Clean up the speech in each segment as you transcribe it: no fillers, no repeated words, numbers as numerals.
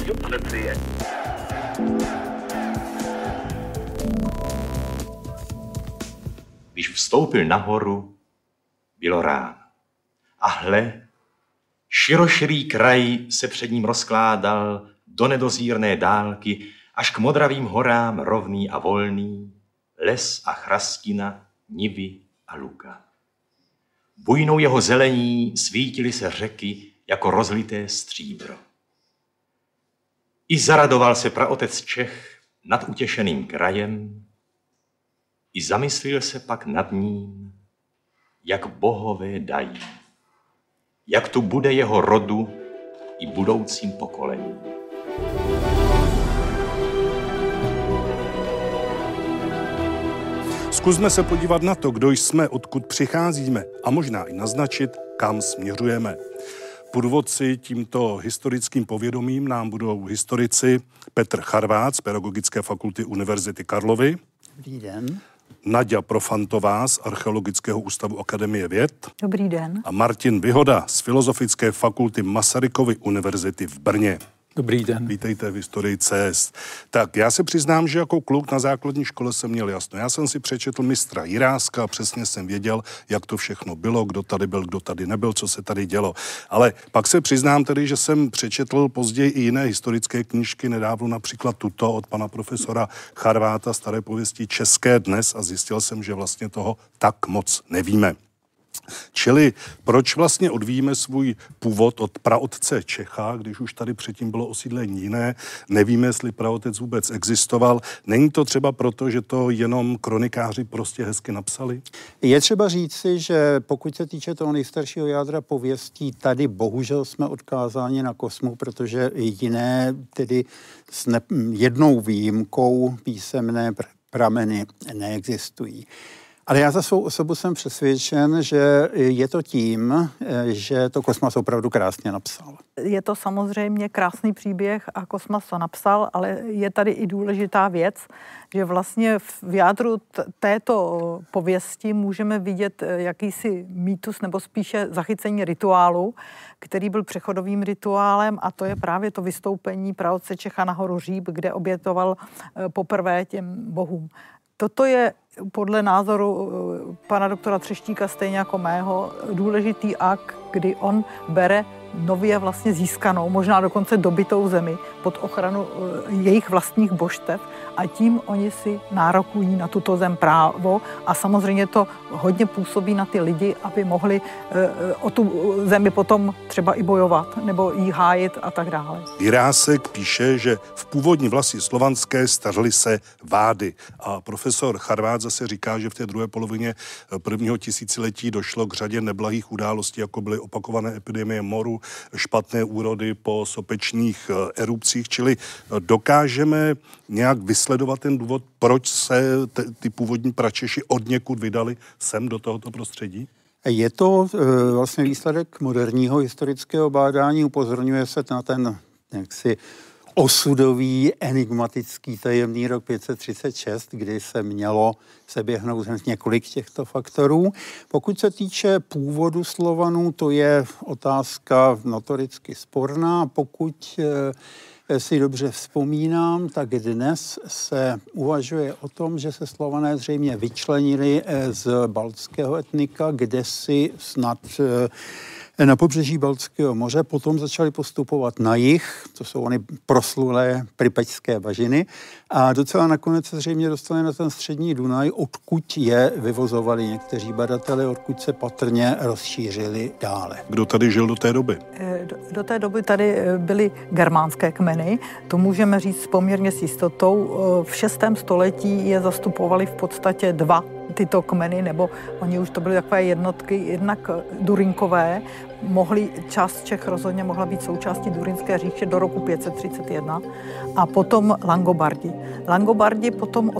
Když vstoupil nahoru, bylo ráno. A hle, široširý kraj se před ním rozkládal do nedozírné dálky, až k modravým horám rovný a volný, les a chrastina, nivy a luka. Bujnou jeho zelení svítily se řeky jako rozlité stříbro. I zaradoval se praotec Čech nad utěšeným krajem, i zamyslil se pak nad ním, jak bohové dají, jak tu bude jeho rodu i budoucím pokolením. Zkusme se podívat na to, kdo jsme, odkud přicházíme a možná i naznačit, kam směřujeme. Průvodci tímto historickým povědomím nám budou historici Petr Charvát z Pedagogické fakulty Univerzity Karlovy. Dobrý den. Naďa Profantová z Archeologického ústavu Akademie věd. Dobrý den. A Martin Vyhoda z Filozofické fakulty Masarykovy univerzity v Brně. Dobrý den. Vítejte v Historii CS. Tak já se přiznám, že jako kluk na základní škole jsem měl jasno. Já jsem si přečetl mistra Jiráska a přesně jsem věděl, jak to všechno bylo, kdo tady byl, kdo tady nebyl, co se tady dělo. Ale pak se přiznám tedy, že jsem přečetl později i jiné historické knížky, nedávno například tuto od pana profesora Charváta, Staré pověsti české dnes, a zjistil jsem, že vlastně toho tak moc nevíme. Čili proč vlastně odvíjíme svůj původ od praotce Čecha, když už tady předtím bylo osídlení jiné, nevíme, jestli praotec vůbec existoval. Není to třeba proto, že to jenom kronikáři prostě hezky napsali? Je třeba říci, že pokud se týče toho nejstaršího jádra pověstí, tady bohužel jsme odkázáni na Kosmu, protože jiné, tedy s jednou výjimkou písemné prameny neexistují. Ale já za svou osobu jsem přesvědčen, že je to tím, že to Kosmas opravdu krásně napsal. Je to samozřejmě krásný příběh a Kosmas to napsal, ale je tady i důležitá věc, že vlastně v jádru této pověsti můžeme vidět jakýsi mýtus nebo spíše zachycení rituálu, který byl přechodovým rituálem, a to je právě to vystoupení praotce Čecha na horu Říp, kde obětoval poprvé těm bohům. Toto je podle názoru pana doktora Třeštíka, stejně jako mého, důležitý akt, kdy on bere nově vlastně získanou, možná dokonce dobytou zemi pod ochranu jejich vlastních božstev, a tím oni si nárokují na tuto zem právo a samozřejmě to hodně působí na ty lidi, aby mohli o tu zemi potom třeba i bojovat nebo jí hájit a tak dále. Jirásek píše, že v původní vlasti slovanské stařily se vády, a profesor Charvát zase říká, že v té druhé polovině prvního tisíciletí došlo k řadě neblahých událostí, jako byly opakované epidemie moru, špatné úrody po sopečných erupcích, čili dokážeme nějak vysledovat ten důvod, proč se ty původní pračeši odněkud vydali sem do tohoto prostředí? Je to vlastně výsledek moderního historického bádání, upozorňuje se na ten jaksi osudový, enigmatický tajemný rok 536, kdy se mělo seběhnout několik těchto faktorů. Pokud se týče původu Slovanů, to je otázka notoricky sporná. Pokud si dobře vzpomínám, tak dnes se uvažuje o tom, že se Slované zřejmě vyčlenili z baltského etnika, kde si snad na pobřeží Baltského moře, potom začali postupovat na jih, to jsou ony proslulé Pripečské bažiny, a docela nakonec se zřejmě dostali na ten střední Dunaj, odkud je vyvozovali někteří badatelé, odkud se patrně rozšířili dále. Kdo tady žil do té doby? Do té doby tady byly germánské kmeny, to můžeme říct poměrně s jistotou. V 6. století je zastupovali v podstatě dva tyto kmeny, nebo oni už to byly takové jednotky, jednak Durinkové, část Čech rozhodně mohla být součástí Durinské říše do roku 531, a potom Langobardi. Langobardi potom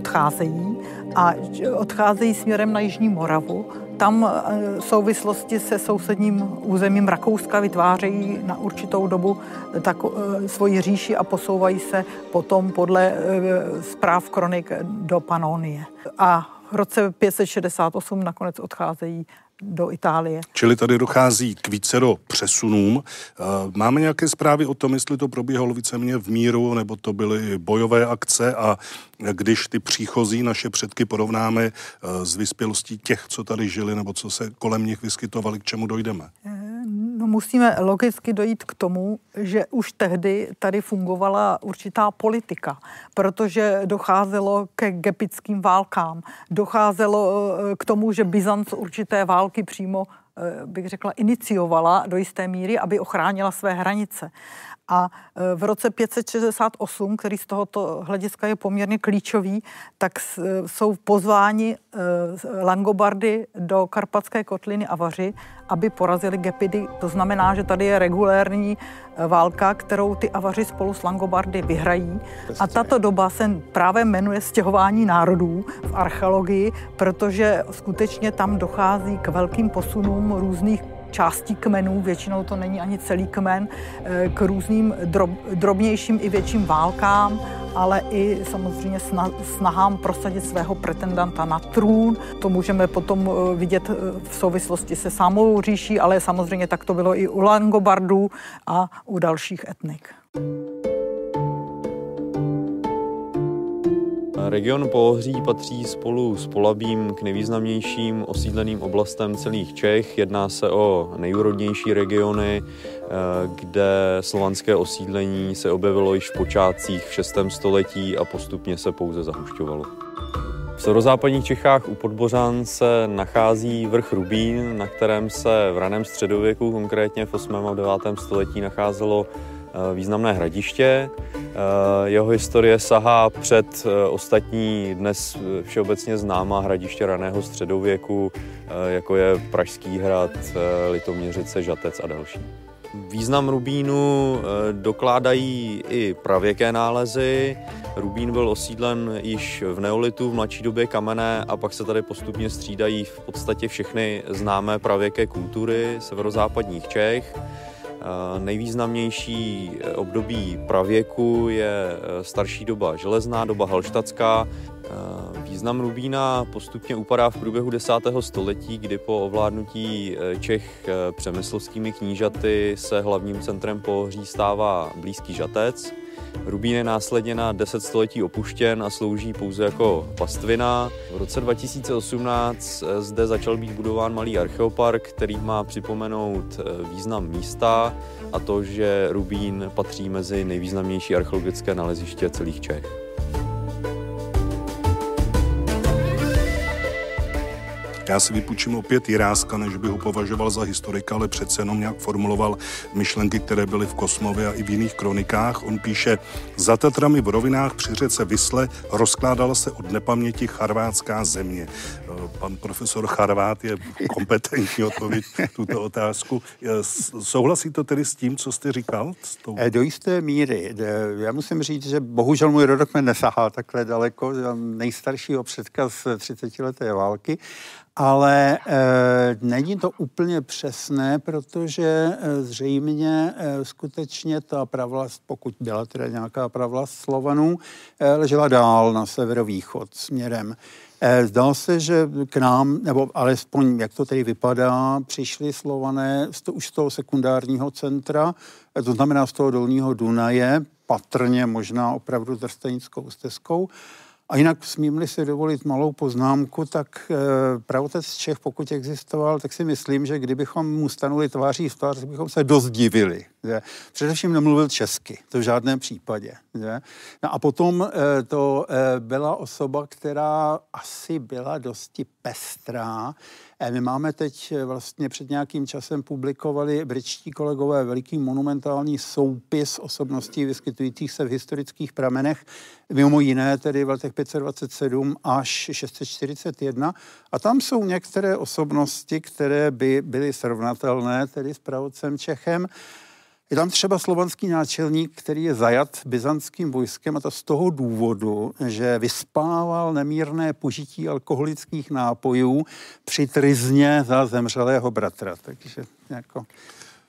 odcházejí směrem na jižní Moravu. Tam v souvislosti se sousedním územím Rakouska vytvářejí na určitou dobu svoji říši a posouvají se potom podle zpráv kronik do Panonie. A roce 568 nakonec odcházejí do Itálie. Čili tady dochází k vícero přesunům. Máme nějaké zprávy o tom, jestli to probíhalo víceméně v míru, nebo to byly bojové akce, a když ty příchozí naše předky porovnáme s vyspělostí těch, co tady žili, nebo co se kolem nich vyskytovali, k čemu dojdeme? No, musíme logicky dojít k tomu, že už tehdy tady fungovala určitá politika, protože docházelo ke gepickým válkám, docházelo k tomu, že Byzanc určité války přímo, bych řekla, iniciovala do jisté míry, aby ochránila své hranice. A v roce 568, který z tohoto hlediska je poměrně klíčový, tak jsou pozváni Langobardy do Karpatské kotliny Avaři, aby porazili Gepidy. To znamená, že tady je regulérní válka, kterou ty Avaři spolu s Langobardy vyhrají. A tato doba se právě jmenuje stěhování národů v archeologii, protože skutečně tam dochází k velkým posunům různých částí kmenů, většinou to není ani celý kmen, k různým drobnějším i větším válkám, ale i samozřejmě snahám prosadit svého pretendanta na trůn. To můžeme potom vidět v souvislosti se samou říší, ale samozřejmě tak to bylo i u Langobardů a u dalších etnik. Region Poohří patří spolu s Polabím k nejvýznamnějším osídleným oblastem celých Čech. Jedná se o nejúrodnější regiony, kde slovanské osídlení se objevilo již v počátcích v 6. století a postupně se pouze zahušťovalo. V severozápadních Čechách u Podbořan se nachází vrch Rubín, na kterém se v raném středověku, konkrétně v 8. a 9. století, nacházelo významné hradiště. Jeho historie sahá před ostatní dnes všeobecně známá hradiště raného středověku, jako je Pražský hrad, Litoměřice, Žatec a další. Význam Rubínu dokládají i pravěké nálezy. Rubín byl osídlen již v neolitu, v mladší době kamenné, a pak se tady postupně střídají v podstatě všechny známé pravěké kultury severozápadních Čech. Nejvýznamnější období pravěku je starší doba železná, doba halštatská. Význam Rubína postupně upadá v průběhu 10. století, kdy po ovládnutí Čech přemyslovskými knížaty se hlavním centrem Poohří stává blízký Žatec. Rubín je následně na 10 století opuštěn a slouží pouze jako pastvina. V roce 2018 zde začal být budován malý archeopark, který má připomenout význam místa a to, že Rubín patří mezi nejvýznamnější archeologické naleziště celých Čech. Já si vypůjčím opět Jiráska, než bych ho považoval za historika, ale přece jenom nějak formuloval myšlenky, které byly v Kosmově a i v jiných kronikách. On píše: za Tatrami v rovinách při řece Visle rozkládala se od nepaměti charvátská země. Pan profesor Charvát je kompetentní odpověď tuto otázku. Souhlasí to tedy s tím, co jste říkal? Do jisté míry. Já musím říct, že bohužel můj rodokmen nesahá takhle daleko. Nejstaršího předka z 30leté války. Ale není to úplně přesné, protože zřejmě skutečně ta pravlast, pokud byla teda nějaká pravlast Slovanů, ležela dál na severovýchod směrem. Zdá se, že k nám, nebo alespoň jak to tady vypadá, přišli Slované už z toho sekundárního centra, to znamená z toho dolního Dunaje, patrně možná opravdu Trstenickou stezkou. A jinak smím-li si dovolit malou poznámku, tak pravotec Čech, pokud existoval, tak si myslím, že kdybychom mu stanuli tváří v tvář, bychom se dost divili. Že? Především nemluvil česky, to v žádném případě. Že? No a potom to byla osoba, která asi byla dosti pestrá. My máme teď vlastně před nějakým časem publikovali britští kolegové veliký monumentální soupis osobností vyskytujících se v historických pramenech, mimo jiné tedy v letech 527 až 641. A tam jsou některé osobnosti, které by byly srovnatelné tedy s pravocem Čechem. Je tam třeba slovanský náčelník, který je zajat byzantským vojskem, a to z toho důvodu, že vyspával nemírné požití alkoholických nápojů při tryzně za zemřelého bratra. Takže jako...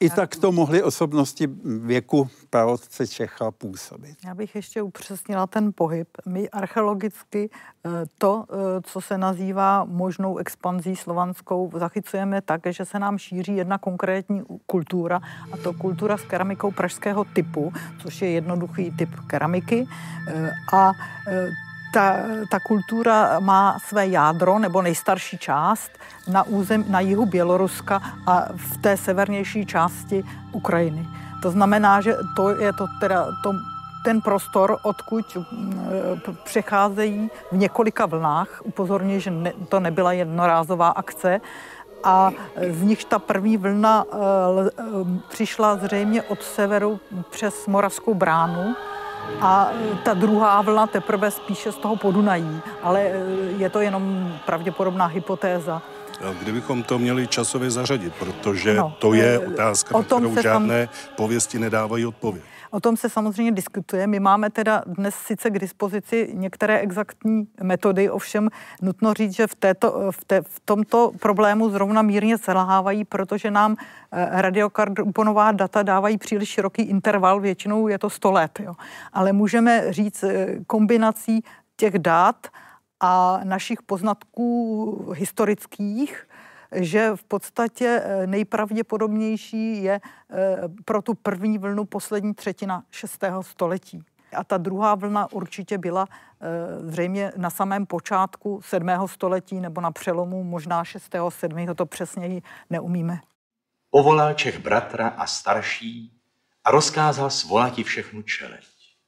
I tak to mohly osobnosti věku praotce Čecha působit. Já bych ještě upřesnila ten pohyb. My archeologicky to, co se nazývá možnou expanzí slovanskou, zachycujeme tak, že se nám šíří jedna konkrétní kultura, a to kultura s keramikou pražského typu, což je jednoduchý typ keramiky. A ta kultura má své jádro, nebo nejstarší část, na jihu Běloruska a v té severnější části Ukrajiny. To znamená, že to je ten prostor, odkud přecházejí v několika vlnách. Upozorňuji, že to nebyla jednorázová akce. A z nich ta první vlna přišla zřejmě od severu přes Moravskou bránu, a ta druhá vlna teprve spíše z toho Podunají, ale je to jenom pravděpodobná hypotéza. Kdybychom to měli časově zařadit, protože to je otázka, na kterou žádné pověsti nedávají odpověď. O tom se samozřejmě diskutuje. My máme teda dnes sice k dispozici některé exaktní metody, ovšem nutno říct, že v tomto problému zrovna mírně selhávají, protože nám radiokarbonová data dávají příliš široký interval, většinou je to 100 let. Jo. Ale můžeme říct kombinací těch dat a našich poznatků historických, že v podstatě nejpravděpodobnější je pro tu první vlnu poslední třetina 6. století. A ta druhá vlna určitě byla zřejmě na samém počátku 7. století nebo na přelomu možná 6. 7. to přesněji neumíme. Povolal Čech bratra a starší a rozkázal svolati všechnu čeleť.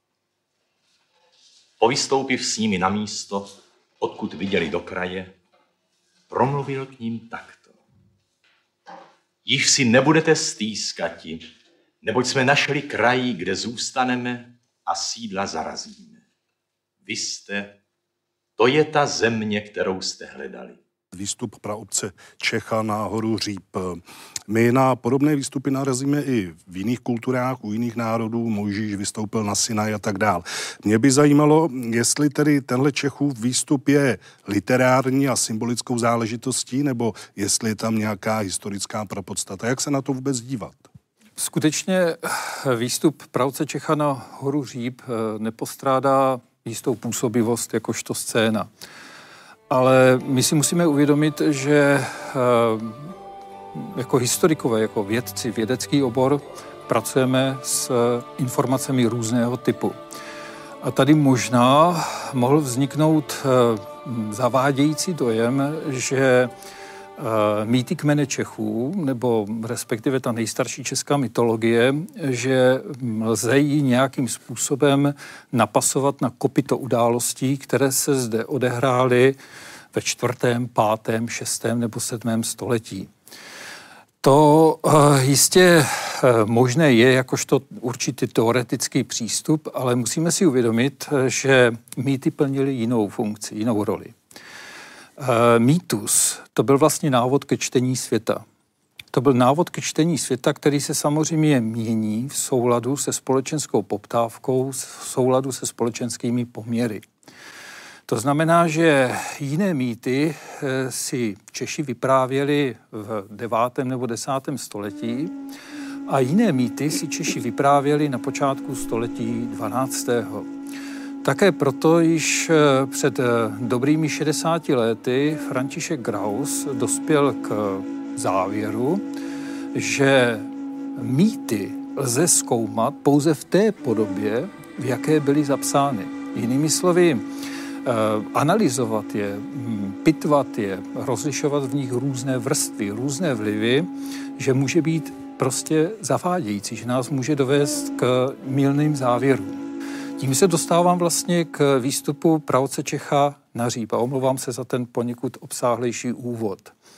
Povystoupiv s nimi na místo, odkud viděli do kraje, promluvil k ním takto. Již si nebudete stýskati, neboť jsme našli kraj, kde zůstaneme a sídla zarazíme. Vy jste, to je ta země, kterou jste hledali. Výstup praotce Čecha na horu Říp. My na podobné výstupy narazíme i v jiných kulturách, u jiných národů, Mojžíš vystoupil na Sinaj a tak dál. Mě by zajímalo, jestli tedy tenhle Čechův výstup je literární a symbolickou záležitostí, nebo jestli je tam nějaká historická prapodstata. Jak se na to vůbec dívat? Skutečně výstup praotce Čecha na horu Říp nepostrádá jistou působivost jakožto scéna. Ale my si musíme uvědomit, že jako historikové, jako vědci, vědecký obor, pracujeme s informacemi různého typu. A tady možná mohl vzniknout zavádějící dojem, že mýty kmene Čechů, nebo respektive ta nejstarší česká mytologie, že lze ji nějakým způsobem napasovat na kopyto událostí, které se zde odehrály ve 4., 5., 6. nebo 7. století. To jistě možné je jakožto určitý teoretický přístup, ale musíme si uvědomit, že mýty plnily jinou funkci, jinou roli. Mýtus, to byl vlastně návod ke čtení světa. To byl návod ke čtení světa, který se samozřejmě mění v souladu se společenskou poptávkou, v souladu se společenskými poměry. To znamená, že jiné mýty si Češi vyprávěli v 9. nebo 10. století a jiné mýty si Češi vyprávěli na počátku století 12. Také proto již před dobrými 60 lety František Graus dospěl k závěru, že mýty lze zkoumat pouze v té podobě, v jaké byly zapsány. Jinými slovy, analyzovat je, pitvat je, rozlišovat v nich různé vrstvy, různé vlivy, že může být prostě zavádějící, že nás může dovést k mylným závěrům. Tím se dostávám vlastně k výstupu praotce Čecha na Říp a omlouvám se za ten poněkud obsáhlejší úvod.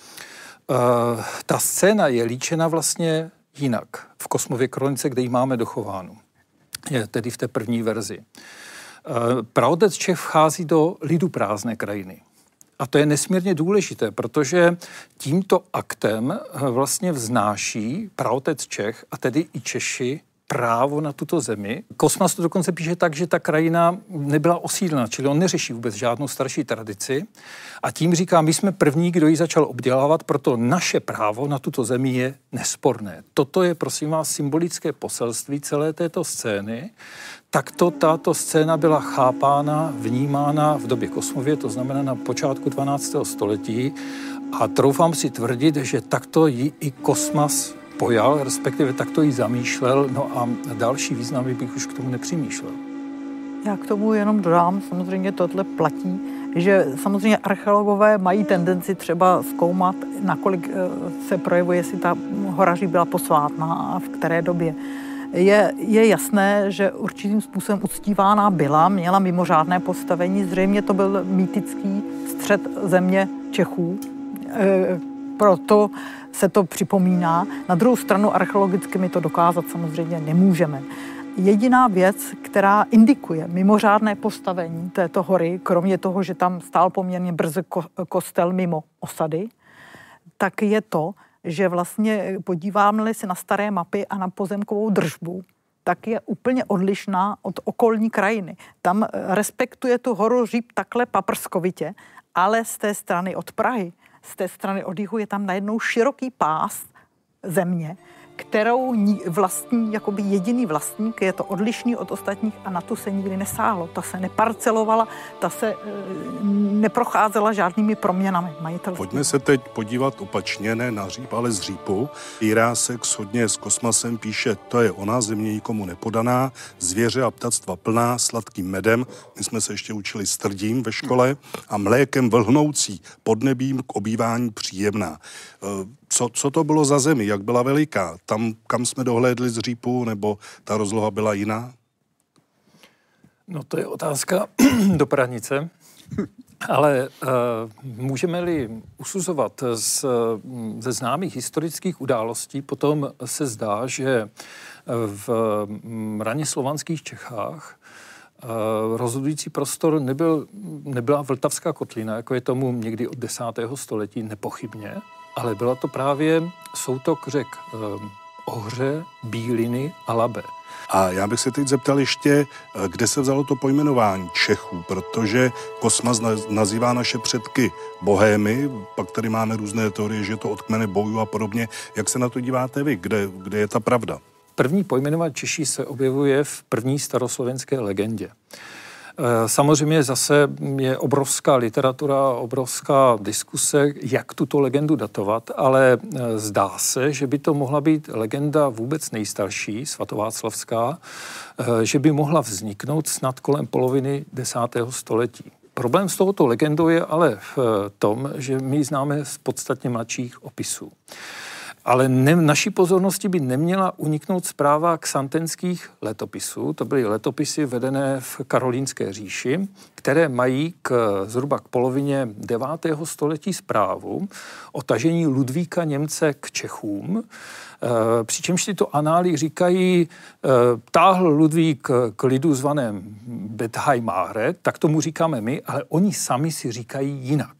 Ta scéna je líčena vlastně jinak v Kosmově kronice, kde ji máme dochovánu. Je tedy v té první verzi. Praotec Čech vchází do lidu prázdné krajiny. A to je nesmírně důležité, protože tímto aktem vlastně vznáší praotec Čech, a tedy i Češi, právo na tuto zemi. Kosmas to dokonce píše tak, že ta krajina nebyla osídlena, čili on neřeší vůbec žádnou starší tradici. A tím říká, my jsme první, kdo ji začal obdělávat, proto naše právo na tuto zemi je nesporné. Toto je, prosím vás, symbolické poselství celé této scény. Takto tato scéna byla chápána, vnímána v době Kosmově, to znamená na počátku 12. století. A troufám si tvrdit, že takto ji i Kosmas pojal, respektive takto ji zamýšlel, no a další významy bych už k tomu nepřimýšlel. Já k tomu jenom dodám, samozřejmě tohle platí, že samozřejmě archeologové mají tendenci třeba zkoumat, nakolik se projevuje, jestli ta horaří byla posvátná a v které době. Je jasné, že určitým způsobem uctívána byla, měla mimořádné postavení, zřejmě to byl mýtický střed země Čechů, proto se to připomíná. Na druhou stranu archeologicky my to dokázat samozřejmě nemůžeme. Jediná věc, která indikuje mimořádné postavení této hory, kromě toho, že tam stál poměrně brzy kostel mimo osady, tak je to, že vlastně podíváme-li se na staré mapy a na pozemkovou držbu, tak je úplně odlišná od okolní krajiny. Tam respektuje tu horu Říp takhle paprskovitě, ale z té strany od Prahy, z té strany od jihu je tam najednou široký pás země, kterou vlastní jakoby jediný vlastník, je to odlišný od ostatních a na tu se nikdy nesáhlo. Ta se neparcelovala, ta se neprocházela žádnými proměnami majitelství. Pojďme se teď podívat opačně, ne na Říp, ale z Řípu. Jirásek shodně s Kosmasem píše, to je ona, země nikomu nepodaná, zvěře a ptactva plná, sladkým medem, my jsme se ještě učili strdím ve škole, a mlékem vlhnoucí, pod nebím k obývání příjemná. Co to bylo za zemi, jak byla veliká? Tam, kam jsme dohlédli z Řípu, nebo ta rozloha byla jiná? No to je otázka do Prahnice, ale můžeme-li usuzovat ze známých historických událostí, potom se zdá, že v raně slovanských Čechách rozhodující prostor nebyla Vltavská kotlina, jako je tomu někdy od 10. století nepochybně, ale byla to právě soutok řek Ohře, Bíliny a Labe. A já bych se teď zeptal ještě, kde se vzalo to pojmenování Čechů, protože Kosmas nazývá naše předky Bohémy, pak tady máme různé teorie, že to od kmene bojů a podobně. Jak se na to díváte vy? Kde je ta pravda? První pojmenovat Češi se objevuje v první staroslovenské legendě. Samozřejmě zase je obrovská literatura, obrovská diskuse, jak tuto legendu datovat, ale zdá se, že by to mohla být legenda vůbec nejstarší, svatováclavská, že by mohla vzniknout snad kolem poloviny 10. století. Problém s touto legendou je ale v tom, že my ji známe z podstatně mladších opisů. Ale naší pozornosti by neměla uniknout zpráva ksantenských letopisů. To byly letopisy vedené v Karolínské říši, které mají zhruba k polovině 9. století zprávu o tažení Ludvíka Němce k Čechům. Přičemž tyto anály říkají, táhl Ludvík k lidu zvaném Bethajmáre, tak tomu říkáme my, ale oni sami si říkají jinak.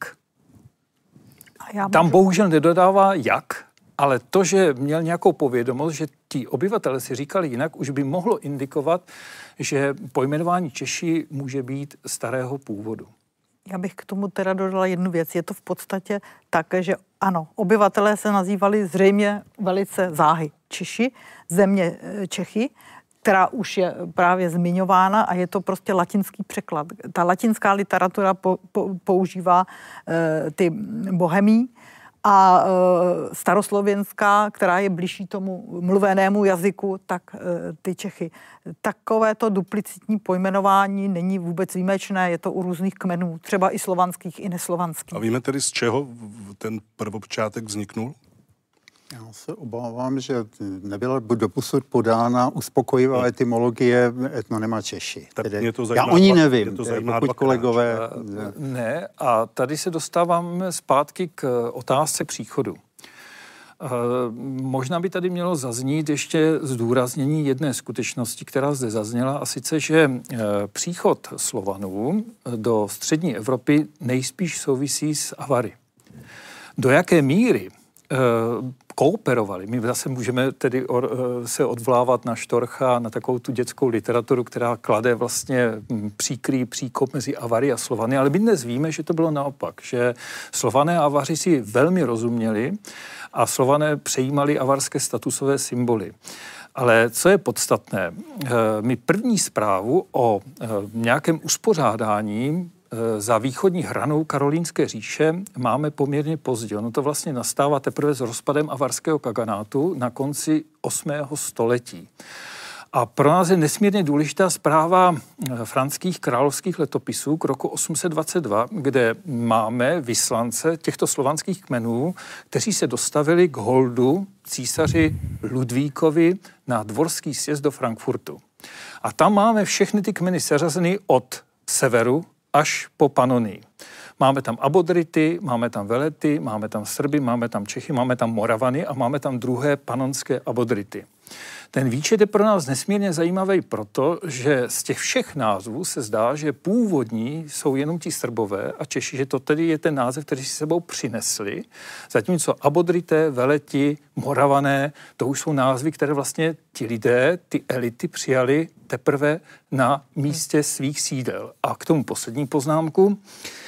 Tam bohužel nedodává jak, ale to, že měl nějakou povědomost, že ti obyvatelé si říkali jinak, už by mohlo indikovat, že pojmenování Češi může být starého původu. Já bych k tomu teda dodala jednu věc. Je to v podstatě tak, že ano, obyvatelé se nazývali zřejmě velice záhy Češi, země Čechy, která už je právě zmiňována a je to prostě latinský překlad. Ta latinská literatura používá ty bohemí, a staroslovenská, která je blížší tomu mluvenému jazyku, tak ty Čechy. Takovéto duplicitní pojmenování není vůbec výjimečné, je to u různých kmenů, třeba i slovanských, i neslovanských. A víme tedy, z čeho ten prvopočátek vzniknul? Já se obávám, že nebyla doposud podána uspokojivá etymologie etnonyma Češi. Tak mě to zajímá, já o ní nevím, pokud kolegové... Ne, a tady se dostáváme zpátky k otázce příchodu. Možná by tady mělo zaznít ještě zdůraznění jedné skutečnosti, která zde zazněla, a sice, že příchod Slovanů do střední Evropy nejspíš souvisí s Avary. Do jaké míry kooperovali. My zase můžeme tedy se odvolávat na Štorcha, na takovou tu dětskou literaturu, která klade vlastně příkrý příkop mezi Avary a Slovany, ale my dnes víme, že to bylo naopak, že Slované a Avaři si velmi rozuměli a Slované přejímali avarské statusové symboly. Ale co je podstatné, my první zprávu o nějakém uspořádání za východní hranou Karolínské říše máme poměrně pozdě. Ono to vlastně nastává teprve s rozpadem avarského kaganátu na konci 8. století. A pro nás je nesmírně důležitá zpráva franských královských letopisů k roku 822, kde máme vyslance těchto slovanských kmenů, kteří se dostavili k holdu císaři Ludvíkovi na dvorský sjezd do Frankfurtu. A tam máme všechny ty kmeny seřazeny od severu až po Panonii. Máme tam Abodrity, máme tam Velety, máme tam Srby, máme tam Čechy, máme tam Moravany a máme tam druhé panonské Abodrity. Ten výčet je pro nás nesmírně zajímavý proto, že z těch všech názvů se zdá, že původní jsou jenom ti Srbové a Češi, že to tedy je ten název, který si sebou přinesli, zatímco Abodrité, Veleti, Moravané, to už jsou názvy, které vlastně ti lidé, ty elity přijali teprve na místě svých sídel. A k tomu poslední poznámku.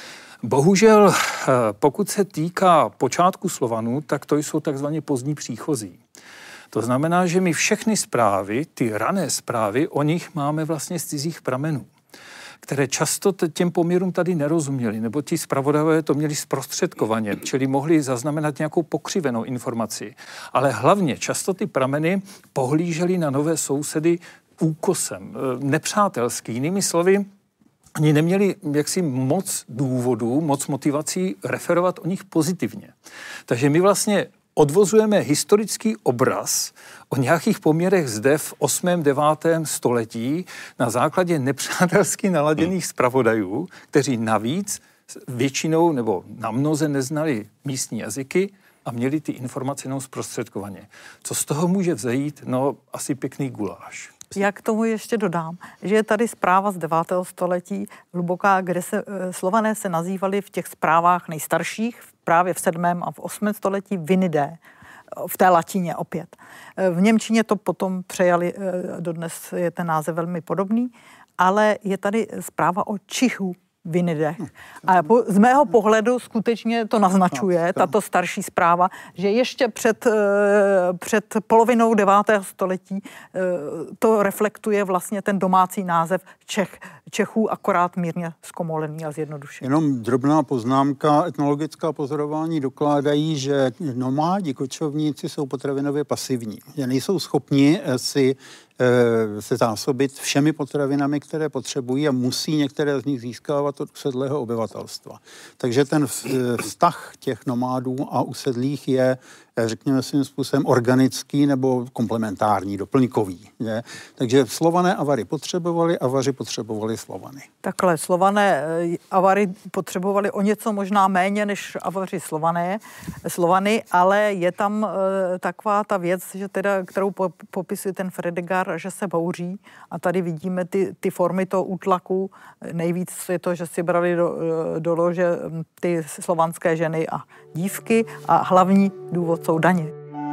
Bohužel, pokud se týká počátku Slovanů, tak to jsou takzvaně pozdní příchozí. To znamená, že my všechny zprávy, ty rané zprávy, o nich máme vlastně z cizích pramenů, které často těm poměrům tady nerozuměli, nebo ti zpravodajové to měli zprostředkovaně, čili mohli zaznamenat nějakou pokřivenou informaci. Ale hlavně často ty prameny pohlíželi na nové sousedy úkosem, nepřátelský. Jinými slovy, oni neměli jaksi moc důvodů, moc motivací referovat o nich pozitivně. Takže my vlastně odvozujeme historický obraz o nějakých poměrech zde v 8. 9. století na základě nepřátelsky naladěných zpravodajů, kteří navíc většinou nebo namnoze neznali místní jazyky a měli ty informace jenom zprostředkovaně. Co z toho může vzejít? No, asi pěkný guláš. Já k tomu ještě dodám, že je tady zpráva z 9. století hluboká, kde se Slované se nazývali v těch zprávách nejstarších, právě v 7. a v 8. století Vinidé, v té latině opět. V němčině to potom přejali, dodnes je ten název velmi podobný, ale je tady zpráva o Čichu Vinidech. A z mého pohledu skutečně to naznačuje, tato starší zpráva, že ještě před polovinou 9. století to reflektuje vlastně ten domácí název Čechů, akorát mírně zkomolený a zjednodušený. Jenom drobná poznámka. Etnologická pozorování dokládají, že nomádi, kočovníci jsou potravinově pasivní. Že nejsou schopni se zásobit všemi potravinami, které potřebují a musí některé z nich získávat od usedlého obyvatelstva. Takže ten vztah těch nomádů a usedlých je, řekněme svým způsobem, organický nebo komplementární, doplňkový. Je? Takže Slované Avary potřebovali, Avaři potřebovali Slovany. Takhle, Slované Avary potřebovali o něco možná méně než Avaři Slovany, ale je tam taková ta věc, že teda, kterou popisuje ten Fredegar, že se bouří a tady vidíme ty formy toho útlaku. Nejvíc je to, že si brali do lože ty slovanské ženy a dívky a hlavní důvod jsou daně.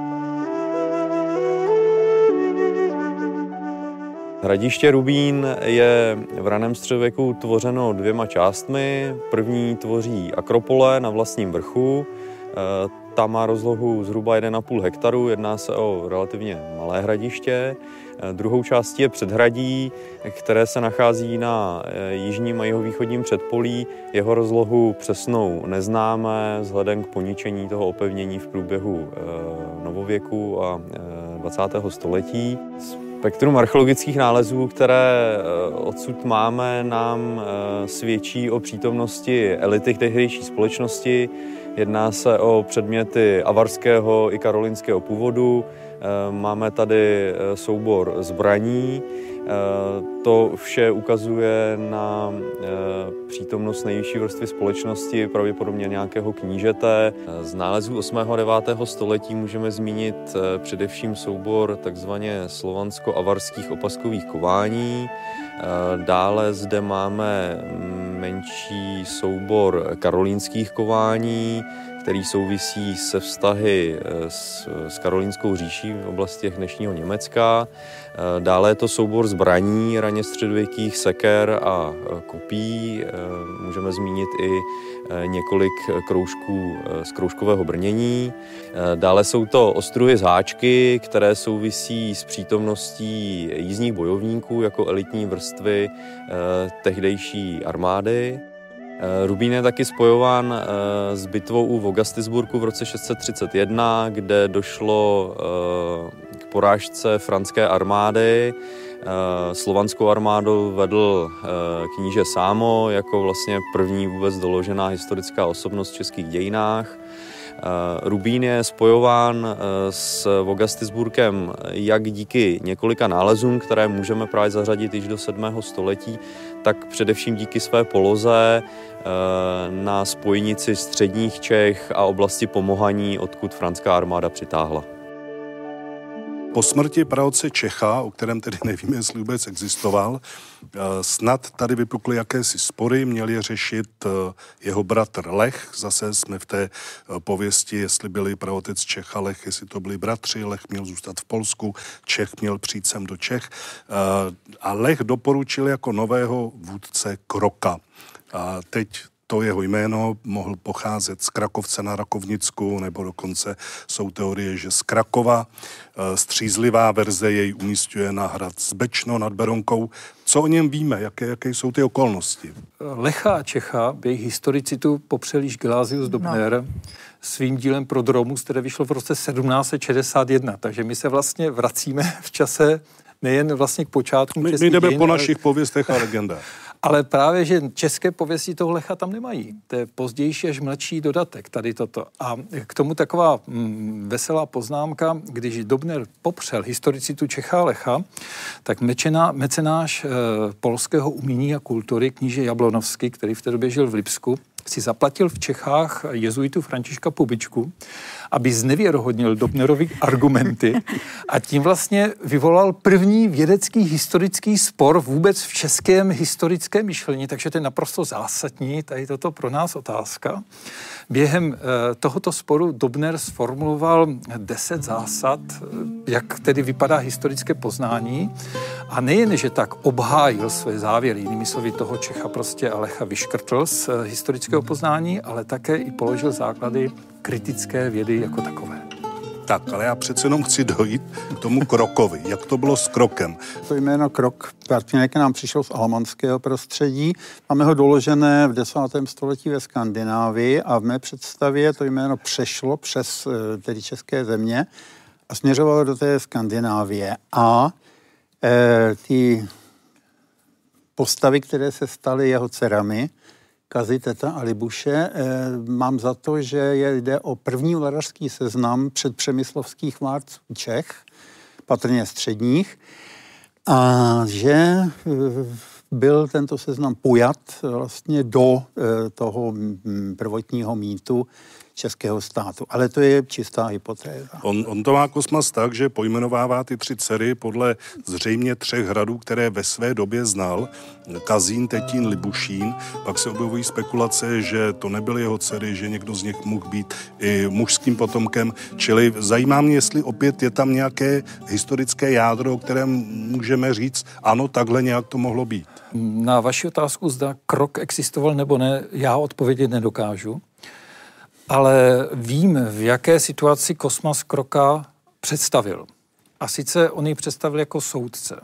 Hradiště Rubín je v raném středověku tvořeno 2 částmi. První tvoří akropole na vlastním vrchu. Ta má rozlohu zhruba 1,5 hektaru, jedná se o relativně malé hradiště. Druhou částí je předhradí, které se nachází na jižním a jihovýchodním předpolí. Jeho rozlohu přesnou neznáme vzhledem k poničení toho opevnění v průběhu novověku a 20. století. Spektrum archeologických nálezů, které odsud máme, nám svědčí o přítomnosti elity tehdejší společnosti. Jedná se o předměty avarského i karolínského původu. Máme tady soubor zbraní. To vše ukazuje na přítomnost nejvyšší vrstvy společnosti, pravděpodobně nějakého knížete. Z nálezů 8. a 9. století můžeme zmínit především soubor takzvaně slovansko-avarských opaskových kování. Dále zde máme menší soubor karolínských kování, který souvisí se vztahy s Karolínskou říší v oblasti dnešního Německa. Dále je to soubor zbraní raně středověkých, seker a kopí. Můžeme zmínit i několik kroužků z kroužkového brnění. Dále jsou to ostruhy z háčky, které souvisí s přítomností jízdních bojovníků jako elitní vrstvy tehdejší armády. Rubín je taky spojován s bitvou u Vogastisburgu v roce 631, kde došlo k porážce franské armády. Slovanskou armádu vedl kníže Sámo jako vlastně první vůbec doložená historická osobnost v českých dějinách. Rubín je spojován s Vogastisburgem jak díky několika nálezům, které můžeme právě zařadit již do 7. století, tak především díky své poloze na spojnici středních Čech a oblasti Pomohaní, odkud franská armáda přitáhla. Po smrti praotce Čecha, o kterém tedy nevíme, jestli vůbec existoval, snad tady vypukly jakési spory, měl je řešit jeho bratr Lech. Zase jsme v té pověsti, jestli byli praotec Čech a Lech, jestli to byli bratři. Lech měl zůstat v Polsku, Čech měl přijít sem do Čech. A Lech doporučil jako nového vůdce Kroka. A teď to jeho jméno mohl pocházet z Krakovce na Rakovnicku, nebo dokonce jsou teorie, že z Krakova. Střízlivá verze jej umísťuje na hrad Zbečno nad Berounkou. Co o něm víme? Jaké jsou ty okolnosti? Lecha a Čecha, jejich historicitu popřel již Gelázius Dobner svým dílem Prodromus, které vyšlo v roce 1761. Takže my se vlastně vracíme v čase nejen vlastně k počátku českých dějin. My jdeme po našich pověstech a legendách. Ale právě, že české pověsti toho Lecha tam nemají. To je pozdější až mladší dodatek, tady toto. A k tomu taková veselá poznámka, když Dobner popřel historicitu Čecha a Lecha, tak mecenáš polského umění a kultury, kníže Jablonovský, který v té době žil v Lipsku, si zaplatil v Čechách jezuitu Františka Pubičku, aby znevěrohodnil Dobnerovi argumenty a tím vlastně vyvolal první vědecký historický spor vůbec v českém historickém myšlení, takže to je naprosto zásadní, tady toto pro nás otázka. Během tohoto sporu Dobner sformuloval 10 zásad, jak tedy vypadá historické poznání a nejen, že tak obhájil své závěry, jinými slovy toho Čecha prostě a Lecha vyškrtl z historického poznání, ale také i položil základy kritické vědy jako takové. Tak, ale já přece jenom chci dojít k tomu Krokovi. Jak to bylo s Krokem? To jméno Krok k nám přišlo z alamandského prostředí. Máme ho doložené v 10. století ve Skandinávii a v mé představě to jméno přešlo přes tedy české země a směřovalo do té Skandinávie. A ty postavy, které se staly jeho dcerami, Kaziteta a Libuše, mám za to, že jde o první vladařský seznam předpřemyslovských vládců Čech, patrně středních, a že byl tento seznam pojat vlastně do toho prvotního mýtu českého státu. Ale to je čistá hypotéza. On to má Kosmas tak, že pojmenovává ty 3 dcery podle zřejmě 3 hradů, které ve své době znal. Kazín, Tetín, Libušín. Pak se objevují spekulace, že to nebyly jeho dcery, že někdo z nich mohl být i mužským potomkem. Čili zajímá mě, jestli opět je tam nějaké historické jádro, o kterém můžeme říct, ano, takhle nějak to mohlo být. Na vaši otázku, zda Krok existoval nebo ne, já odpovědět nedokážu. Ale vím, v jaké situaci Kosmas Kroka představil. A sice on ji představil jako soudce.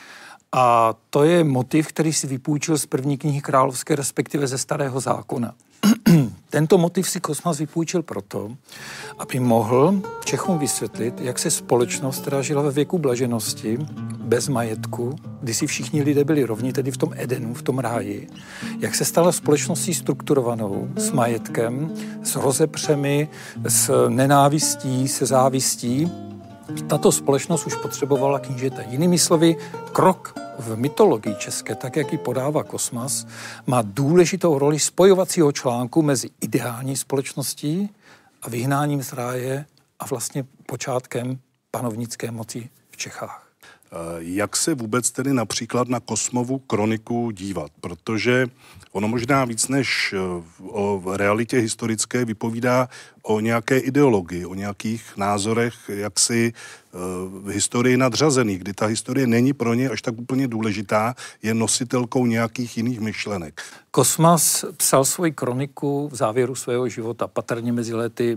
A to je motiv, který si vypůjčil z první knihy královské, respektive ze Starého zákona. Tento motiv si Kosmas vypůjčil proto, aby mohl Čechům vysvětlit, jak se společnost, která žila ve věku blaženosti, bez majetku, kdy si všichni lidé byli rovni, tedy v tom Edenu, v tom ráji, jak se stala společností strukturovanou, s majetkem, s rozepřemi, s nenávistí, se závistí. Tato společnost už potřebovala knížete. Jinými slovy, Krok v mytologii české, tak jak ji podává Kosmas, má důležitou roli spojovacího článku mezi ideální společností a vyhnáním z ráje a vlastně počátkem panovnické moci v Čechách. Jak se vůbec tedy například na Kosmovu kroniku dívat? Protože ono možná víc než o realitě historické vypovídá o nějaké ideologii, o nějakých názorech jaksi v historii nadřazených, kdy ta historie není pro ně až tak úplně důležitá, je nositelkou nějakých jiných myšlenek. Kosmas psal svoji kroniku v závěru svého života, patrně mezi lety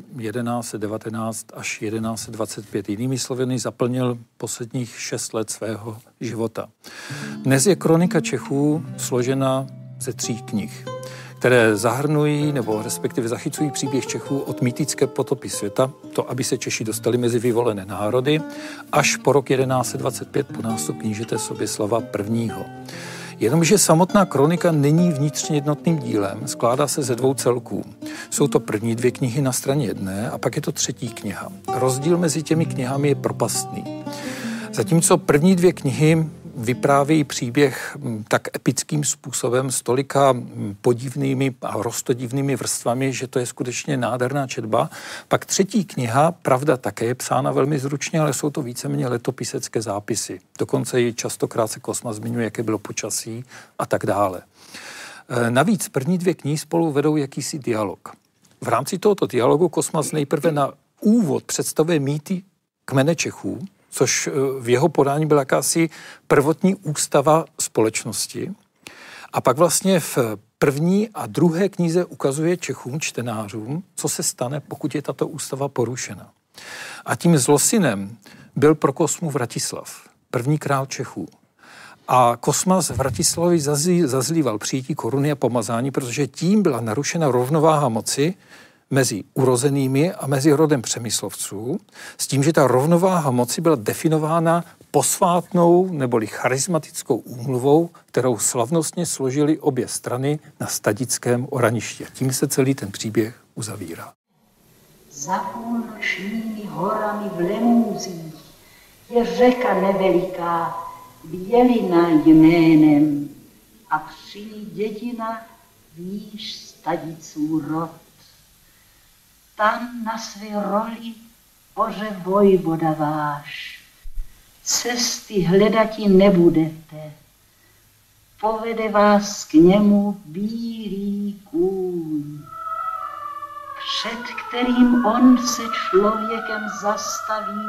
1119 až 1125. Jinými slovy, zaplnil posledních 6 let svého života. Dnes je kronika Čechů složena ze 3 knih, které zahrnují nebo respektive zachycují příběh Čechů od mýtické potopy světa, to, aby se Češi dostali mezi vyvolené národy, až po rok 1125 po nástup knížete Soběslava I. Jenomže samotná kronika není vnitřně jednotným dílem, skládá se ze 2 celků. Jsou to první 2 knihy na straně jedné a pak je to 3. kniha. Rozdíl mezi těmi knihami je propastný. Zatímco první 2 knihy vyprávějí příběh tak epickým způsobem s tolika podivnými a roztodivnými vrstvami, že to je skutečně nádherná četba. Pak 3. kniha, pravda, také je psána velmi zručně, ale jsou to víceméně letopisecké zápisy. Dokonce i častokrát se Kosmas zmiňuje, jaké bylo počasí a tak dále. Navíc první 2 knihy spolu vedou jakýsi dialog. V rámci tohoto dialogu Kosmas nejprve na úvod představuje mýty kmene Čechů, což v jeho podání byla jakási prvotní ústava společnosti. A pak vlastně v 1. a 2. knize ukazuje Čechům, čtenářům, co se stane, pokud je tato ústava porušena. A tím zlosinem byl pro Kosmu Vratislav, první král Čechů. A Kosmas Vratislavovi zazlíval přijetí koruny a pomazání, protože tím byla narušena rovnováha moci mezi urozenými a mezi rodem Přemyslovců, s tím, že ta rovnováha moci byla definována posvátnou neboli charismatickou úmluvou, kterou slavnostně složili obě strany na Stadickém Oraništi. Tím se celý ten příběh uzavírá. Za půlnočními horami v Lemůzích je řeka neveliká, Bělina jménem, a při ní dědina, výš Stadiců rod. Tam na své roli oře vojvoda váš, cesty hledati nebudete, povede vás k němu bílý kůň, před kterým on se člověkem zastaví,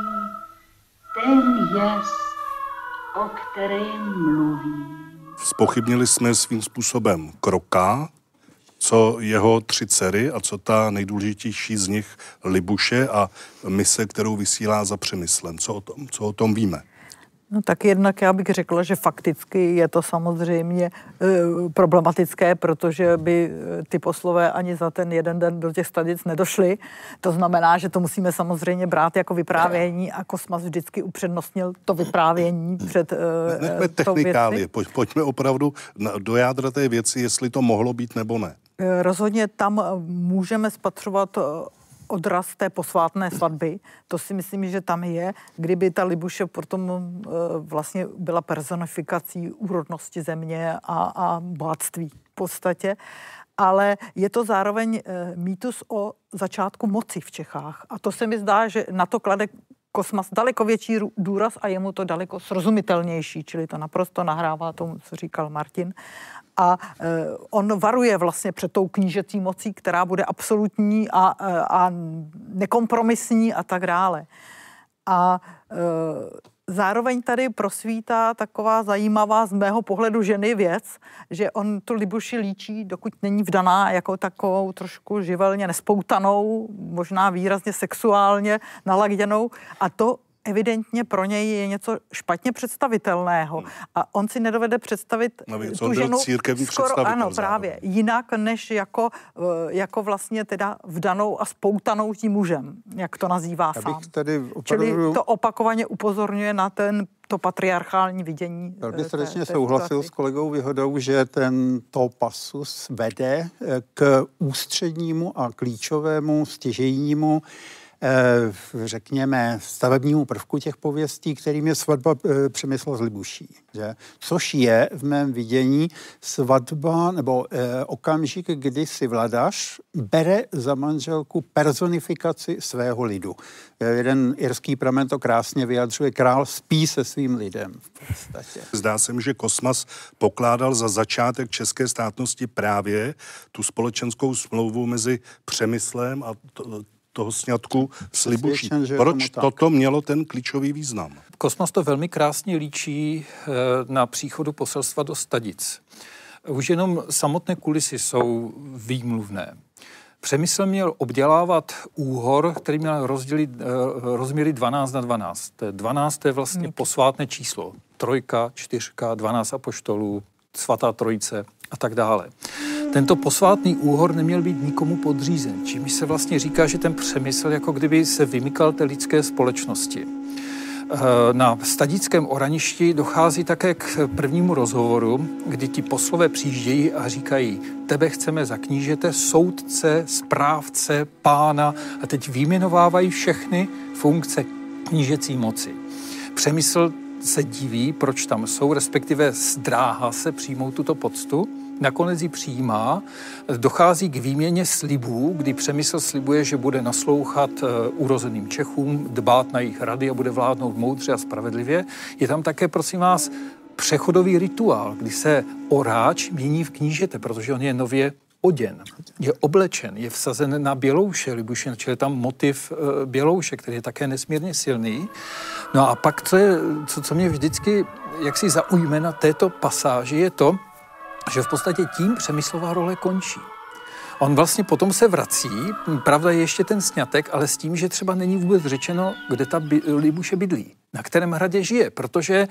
ten jest, o kterém mluví. Zpochybnili jsme svým způsobem Kroka, co jeho 3 dcery a co ta nejdůležitější z nich Libuše a mise, kterou vysílá za Přemyslem. Co o tom víme? No tak jednak já bych řekla, že fakticky je to samozřejmě problematické, protože by ty poslové ani za ten jeden den do těch Stadic nedošli. To znamená, že to musíme samozřejmě brát jako vyprávění a Kosmas vždycky upřednostnil to vyprávění před nechme technikálie, pojďme opravdu do jádra té věci, jestli to mohlo být nebo ne. Rozhodně tam můžeme spatřovat odraz té posvátné svatby. To si myslím, že tam je, kdyby ta Libuše potom vlastně byla personifikací úrodnosti země a bohatství v podstatě. Ale je to zároveň mýtus o začátku moci v Čechách. A to se mi zdá, že na to klade Kosmas daleko větší důraz a je mu to daleko srozumitelnější, čili to naprosto nahrává tomu, co říkal Martin. A on varuje vlastně před tou knížecí mocí, která bude absolutní a nekompromisní a tak dále. A zároveň tady prosvítá taková zajímavá z mého pohledu ženy věc, že on tu Libuši líčí, dokud není vdaná, jako takovou trošku živelně nespoutanou, možná výrazně sexuálně naladěnou, a to evidentně pro něj je něco špatně představitelného. A on si nedovede představit tu ženu skoro, ano, právě, jinak než jako vlastně teda vdanou a spoutanou tím mužem, jak to nazývá sám. Čili to opakovaně upozorňuje na to patriarchální vidění. Velmi srdečně souhlasil s kolegou Vyhodou, že tento pasus vede k ústřednímu a klíčovému stěžejnímu řekněme, stavebnímu prvku těch pověstí, kterým je svatba Přemysla s Libuší. Že? Což je v mém vidění svatba nebo okamžik, kdy si vladař bere za manželku personifikaci svého lidu. Jeden irský pramen to krásně vyjadřuje, král spí se svým lidem v podstatě. Zdá se mi, že Kosmas pokládal za začátek české státnosti právě tu společenskou smlouvu mezi Přemyslem a toho sňatku s Libuší. Proč toto mělo ten klíčový význam? Kosmas to velmi krásně líčí na příchodu poselstva do Stadic. Už jenom samotné kulisy jsou výmluvné. Přemysl měl obdělávat úhor, který měl rozměry 12x12. 12 je vlastně posvátné číslo. 3, 4, 12 apoštolů, svatá trojice a tak dále. Tento posvátný úhor neměl být nikomu podřízen, čímž se vlastně říká, že ten Přemysl jako kdyby se vymykal té lidské společnosti. Na Stadickém oraništi dochází také k prvnímu rozhovoru, kdy ti poslové přijíždějí a říkají: tebe chceme za knížete, soudce, správce, pána, a teď vyjmenovávají všechny funkce knížecí moci. Přemysl se diví, proč tam jsou, respektive zdráhá se přijmout tuto poctu. Nakonec ji přijímá, dochází k výměně slibů, kdy Přemysl slibuje, že bude naslouchat urozeným Čechům, dbát na jejich rady a bude vládnout moudře a spravedlivě. Je tam také, prosím vás, přechodový rituál, kdy se oráč mění v knížete, protože on je nově oděn, je oblečen, je vsazen na bělouše Libušin, čili tam motiv bělouše, který je také nesmírně silný. No a pak, co mě vždycky jaksi zaujme na této pasáži, je to, že v podstatě tím Přemyslová role končí. On vlastně potom se vrací, pravda je ještě ten sňatek, ale s tím, že třeba není vůbec řečeno, kde ta Libuše bydlí, na kterém hradě žije, protože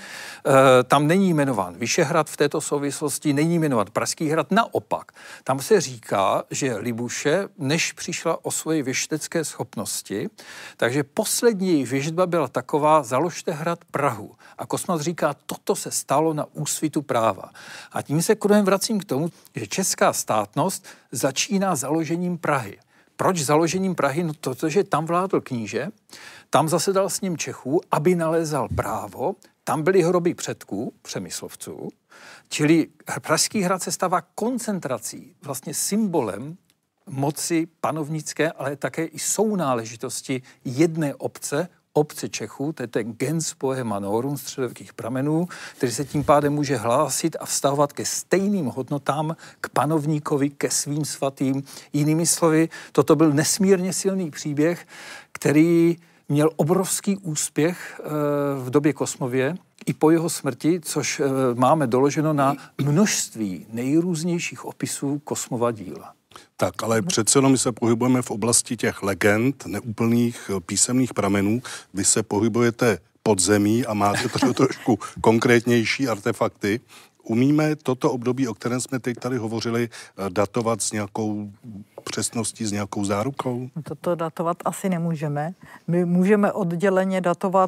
tam není jmenován Vyšehrad v této souvislosti, není jmenován Pražský hrad, naopak. Tam se říká, že Libuše, než přišla o svoje věštecké schopnosti, takže poslední její věštba byla taková: založte hrad Prahu. A Kosmas říká, toto se stalo na úsvitu práva. A tím se kruhem vracím k tomu, že česká státnost začíná založením Prahy. Proč založením Prahy? No, protože tam vládl kníže, tam zasedal s ním Čechů, aby nalézal právo, tam byly hroby předků, Přemyslovců, čili Pražský hrad se stává koncentrací, vlastně symbolem moci panovnické, ale také i sounáležitosti jedné obce Čechů, to je ten gens poemanorum středověkých pramenů, který se tím pádem může hlásit a vztahovat ke stejným hodnotám, k panovníkovi, ke svým svatým. Jinými slovy, toto byl nesmírně silný příběh, který měl obrovský úspěch v době Kosmově i po jeho smrti, což máme doloženo na množství nejrůznějších opisů Kosmova díla. Tak, ale přece jenom my se pohybujeme v oblasti těch legend, neúplných písemných pramenů. Vy se pohybujete pod zemí a máte trošku konkrétnější artefakty. Umíme toto období, o kterém jsme teď tady hovořili, datovat s nějakou přesností, s nějakou zárukou? Toto datovat asi nemůžeme. My můžeme odděleně datovat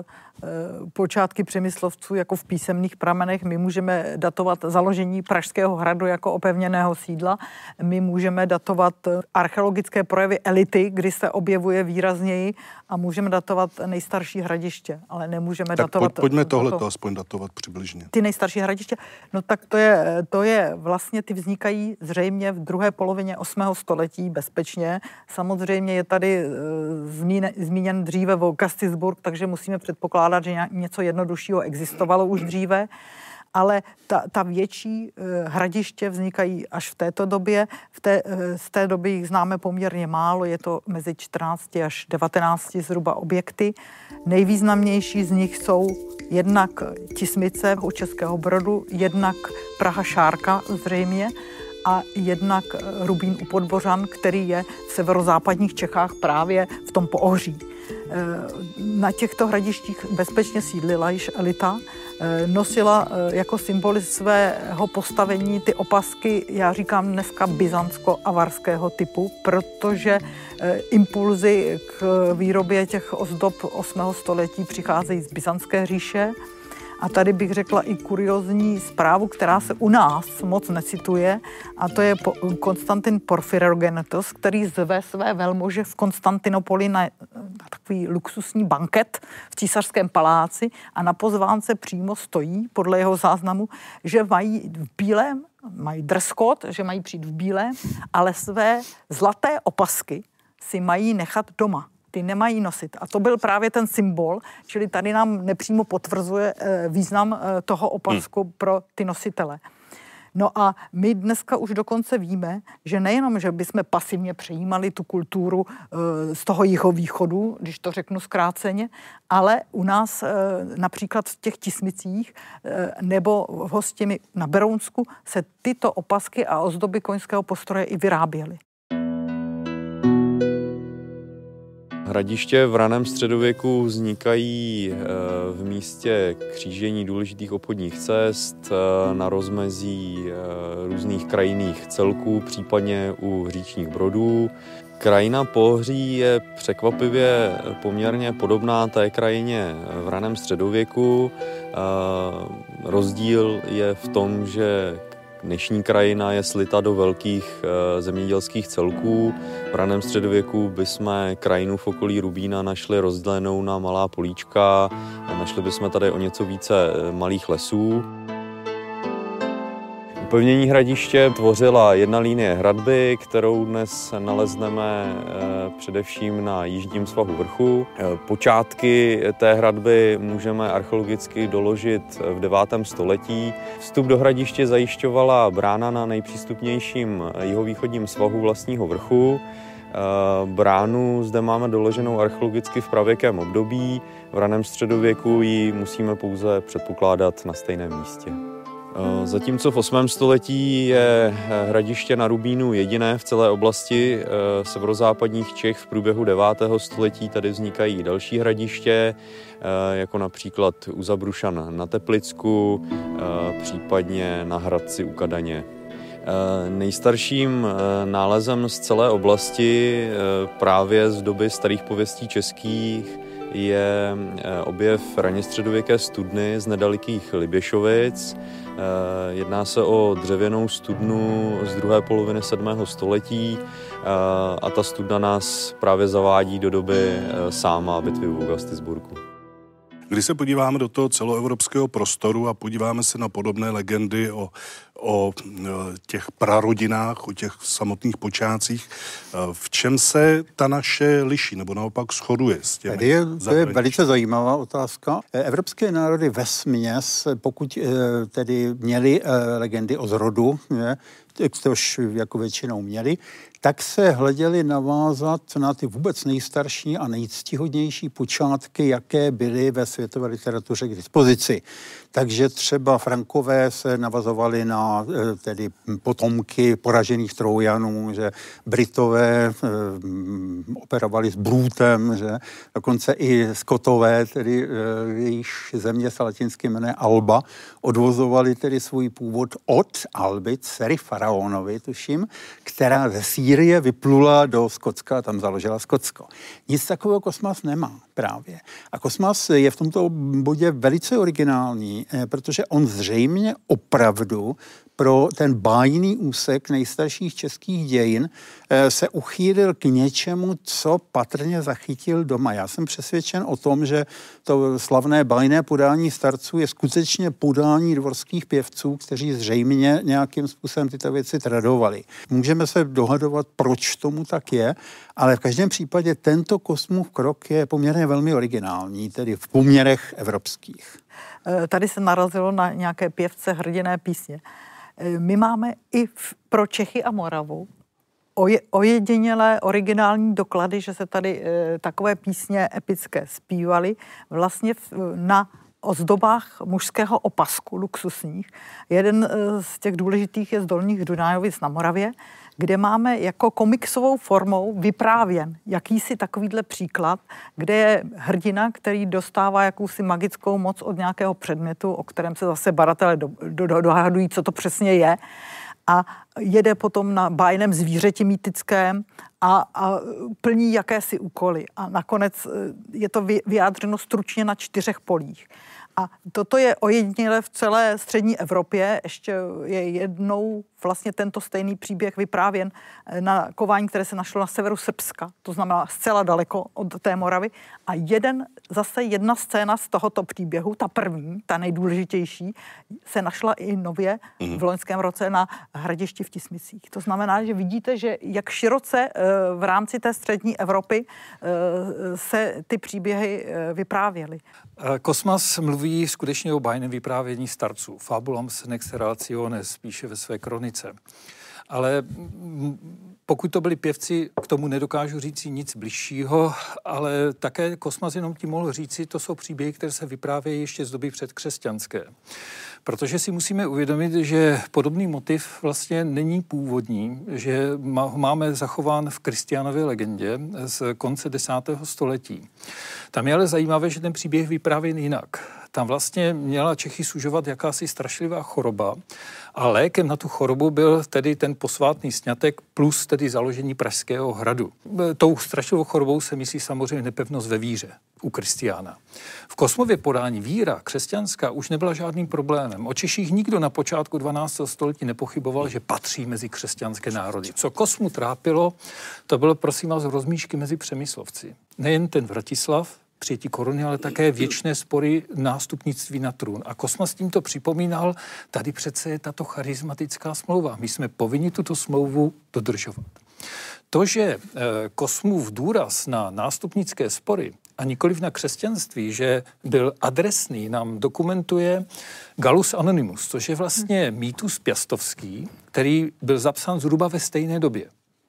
počátky Přemyslovců jako v písemných pramenech. My můžeme datovat založení Pražského hradu jako opevněného sídla. My můžeme datovat archeologické projevy elity, kdy se objevuje výrazněji, a můžeme datovat nejstarší hradiště, ale nemůžeme datovat... Pojďme tohleto aspoň datovat přibližně. Ty nejstarší hradiště? No tak to je vlastně, ty vznikají zřejmě v druhé polovině 8. století bezpečně. Samozřejmě je tady zmíněn dříve Kastisburg, takže musíme předpokládat, že něco jednoduššího existovalo už dříve, ale ta větší hradiště vznikají až v této době. Z té doby jich známe poměrně málo, je to mezi 14 až 19 zhruba objekty. Nejvýznamnější z nich jsou jednak Tismice u Českého Brodu, jednak Praha Šárka zřejmě a jednak Rubín u Podbořan, který je v severozápadních Čechách právě v tom Poohří. Na těchto hradištích bezpečně sídlila již elita, nosila jako symboly svého postavení ty opasky, já říkám dneska byzantsko-avarského typu, protože impulzy k výrobě těch ozdob 8. století přicházejí z Byzantské říše A tady bych řekla i kuriozní zprávu, která se u nás moc necituje, a to je Konstantin Porphyrogenetos, který zve své velmože v Konstantinopoli na takový luxusní banket v císařském paláci a na pozvánce přímo stojí, podle jeho záznamu, že mají v bílém, mají dress code, že mají přijít v bílém, ale své zlaté opasky si mají nechat doma. Ty nemají nosit. A to byl právě ten symbol, čili tady nám nepřímo potvrzuje význam toho opasku pro ty nositele. No a my dneska už dokonce víme, že nejenom, že bychom pasivně přejímali tu kulturu z toho jihovýchodu, když to řeknu zkráceně, ale u nás například v těch Tismicích nebo v Hostěmi na Berounsku se tyto opasky a ozdoby koňského postroje i vyráběly. Hradiště v raném středověku vznikají v místě křížení důležitých obchodních cest, na rozmezí různých krajinných celků, případně u říčních brodů. Krajina Pohoří je překvapivě poměrně podobná té krajině v raném středověku. Rozdíl je v tom, že dnešní krajina je slita do velkých zemědělských celků. V raném středověku bychom krajinu v okolí Rubína našli rozdělenou na malá políčka. Našli bychom tady o něco více malých lesů. Upevnění hradiště tvořila jedna linie hradby, kterou dnes nalezneme především na jižním svahu vrchu. Počátky té hradby můžeme archeologicky doložit v 9. století. Vstup do hradiště zajišťovala brána na nejpřístupnějším jihovýchodním svahu vlastního vrchu. Bránu zde máme doloženou archeologicky v pravěkém období. V raném středověku ji musíme pouze předpokládat na stejném místě. Zatímco v 8. století je hradiště na Rubínu jediné v celé oblasti severozápadních Čech, v průběhu 9. století tady vznikají další hradiště, jako například u Zabrušan na Teplicku, případně na Hradci u Kadaně. Nejstarším nálezem z celé oblasti právě z doby starých pověstí českých je objev raně středověké studny z nedalekých Liběšovic. Jedná se o dřevěnou studnu z druhé poloviny 7. století a ta studna nás právě zavádí do doby Sáma a bitvy u Augustisburgu. Když se podíváme do toho celoevropského prostoru a podíváme se na podobné legendy o těch prarodinách, o těch samotných počátcích, v čem se ta naše liší, nebo naopak shoduje s těmi? To je velice zajímavá otázka. Evropské národy vesměs, pokud tedy měli legendy o zrodu, což jako většinou měli, tak se hleděli navázat na ty vůbec nejstarší a nejctihodnější počátky, jaké byly ve světové literatuře k dispozici. Takže třeba Frankové se navazovali na tedy potomky poražených Trojanů, že Britové operovali s Brútem, že dokonce i Skotové, tedy jejich země se latinsky jmenuje Alba, odvozovali tedy svůj původ od Alby, dcery faraonovi, tuším, která ze Sýrie vyplula do Skotska a tam založila Skotsko. Nic takového Kosmas nemá právě. A Kosmas je v tomto bodě velice originální, protože on zřejmě opravdu pro ten bájný úsek nejstarších českých dějin se uchýlil k něčemu, co patrně zachytil doma. Já jsem přesvědčen o tom, že to slavné bájné podání starců je skutečně podání dvorských pěvců, kteří zřejmě nějakým způsobem tyto věci tradovali. Můžeme se dohadovat, proč tomu tak je, ale v každém případě tento Kosmův krok je poměrně velmi originální, tedy v poměrech evropských. Tady se narazilo na nějaké pěvce hrdiné písně. My máme i pro Čechy a Moravu ojedinělé originální doklady, že se tady takové písně epické zpívaly vlastně na ozdobách mužského opasku luxusních. Jeden z těch důležitých je z Dolních Dunajovic na Moravě, kde máme jako komiksovou formou vyprávěn jakýsi takovýhle příklad, kde je hrdina, který dostává jakousi magickou moc od nějakého předmětu, o kterém se zase badatelé dohadují, co to přesně je, a jede potom na bájném zvířeti mýtickém a plní jakési úkoly. A nakonec je to vyjádřeno stručně na 4 polích. A toto je ojedinělé v celé střední Evropě. Ještě je jednou vlastně tento stejný příběh vyprávěn na kování, které se našlo na severu Srbska, to znamená zcela daleko od té Moravy. A jedna scéna z tohoto příběhu, ta první, ta nejdůležitější, se našla i nově v loňském roce na hradišti v Tismicích. To znamená, že vidíte, že jak široce v rámci té střední Evropy se ty příběhy vyprávěly. Kosmas mluví skutečně o bájném vyprávění starců. Fabulam senex relationes, píše ve své kronice. Ale pokud to byli pěvci, k tomu nedokážu říci nic bližšího, ale také Kosmas jenom ti mohl říci, to jsou příběhy, které se vyprávějí ještě z doby předkřesťanské. Protože si musíme uvědomit, že podobný motiv vlastně není původní, že máme zachován v Kristiánově legendě z konce 10. století. Tam je ale zajímavé, že ten příběh vyprávěn jinak. Tam vlastně měla Čechy sužovat jakási strašlivá choroba a lékem na tu chorobu byl tedy ten posvátný sňatek plus tedy založení Pražského hradu. Tou strašlivou chorobou se myslí samozřejmě nepevnost ve víře u Kristiána. V Kosmově podání víra křesťanská už nebyla žádným problémem. O Češích nikdo na počátku 12. století nepochyboval, že patří mezi křesťanské národy. Co Kosmu trápilo, to bylo prosím vás rozmíšky mezi Přemyslovci. Nejen ten Vratislav, přijetí koruny, ale také věčné spory nástupnictví na trůn. A Kosmas tímto připomínal, tady přece je tato charismatická smlouva. My jsme povinni tuto smlouvu dodržovat. To, že Kosmův důraz na nástupnické spory a nikoliv na křesťanství, že byl adresný, nám dokumentuje Gallus Anonymus, což je vlastně mýtus piastovský, který byl zapsán zhruba ve stejné době.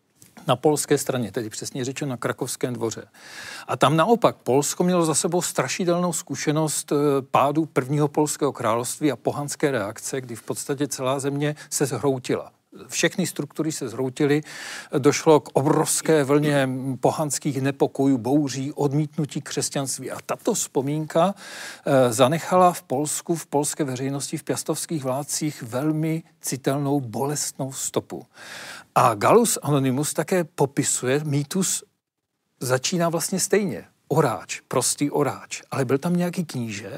Na polské straně, tedy přesně řečeno na Krakovském dvoře. A tam naopak Polsko mělo za sebou strašidelnou zkušenost pádu prvního polského království a pohanské reakce, kdy v podstatě celá země se zhroutila. Všechny struktury se zhroutily, došlo k obrovské vlně pohanských nepokojů, bouří, odmítnutí křesťanství. A tato vzpomínka zanechala v Polsku, v polské veřejnosti, v piastovských vládcích velmi citelnou, bolestnou stopu. A Gallus Anonymus také popisuje, mýtus začíná vlastně stejně. Oráč, prostý oráč, ale byl tam nějaký kníže